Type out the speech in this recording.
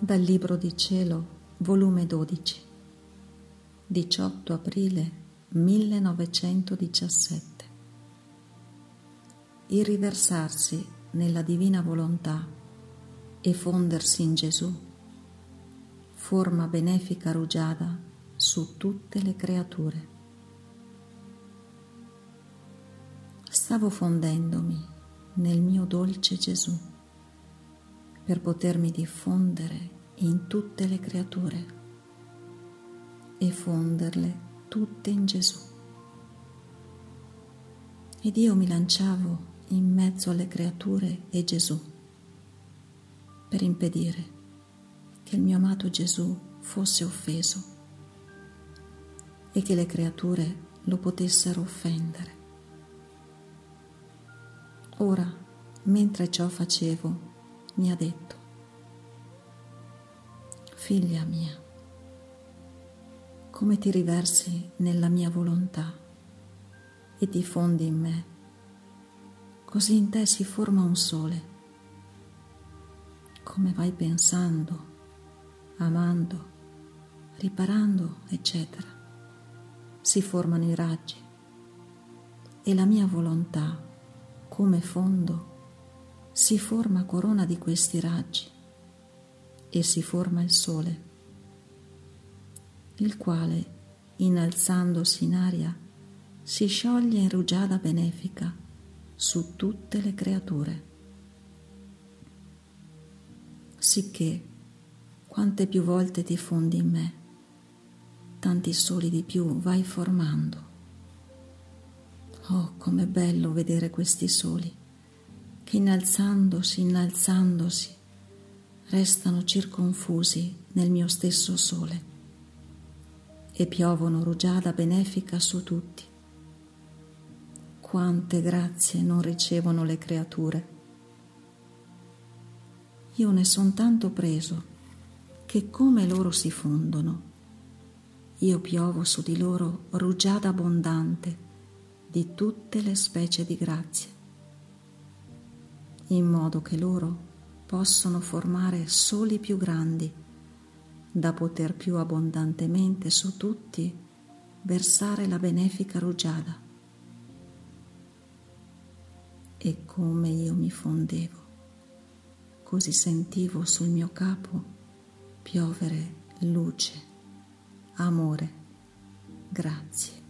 Dal Libro di Cielo, volume 12, 18 aprile 1917. Il riversarsi nella divina volontà e fondersi in Gesù, forma benefica rugiada su tutte le creature. Stavo fondendomi nel mio dolce Gesù per potermi diffondere in tutte le creature e fonderle tutte in Gesù. Ed io mi lanciavo in mezzo alle creature e Gesù per impedire che il mio amato Gesù fosse offeso e che le creature lo potessero offendere. Ora, mentre ciò facevo, mi ha detto: figlia mia, come ti riversi nella mia volontà e ti fondi in me, così in te si forma un sole. Come vai pensando, amando, riparando, eccetera, si formano i raggi e la mia volontà, come fondo, si forma corona di questi raggi e si forma il sole, il quale, innalzandosi in aria, si scioglie in rugiada benefica su tutte le creature. Sicché, quante più volte ti fondi in me, tanti soli di più vai formando. Oh, com'è bello vedere questi soli, che innalzandosi, restano circonfusi nel mio stesso sole e piovono rugiada benefica su tutti. Quante grazie non ricevono le creature. Io ne son tanto preso che come loro si fondono, io piovo su di loro rugiada abbondante di tutte le specie di grazie, in modo che loro possono formare soli più grandi, da poter più abbondantemente su tutti versare la benefica rugiada. E come io mi fondevo, così sentivo sul mio capo piovere luce, amore, grazie.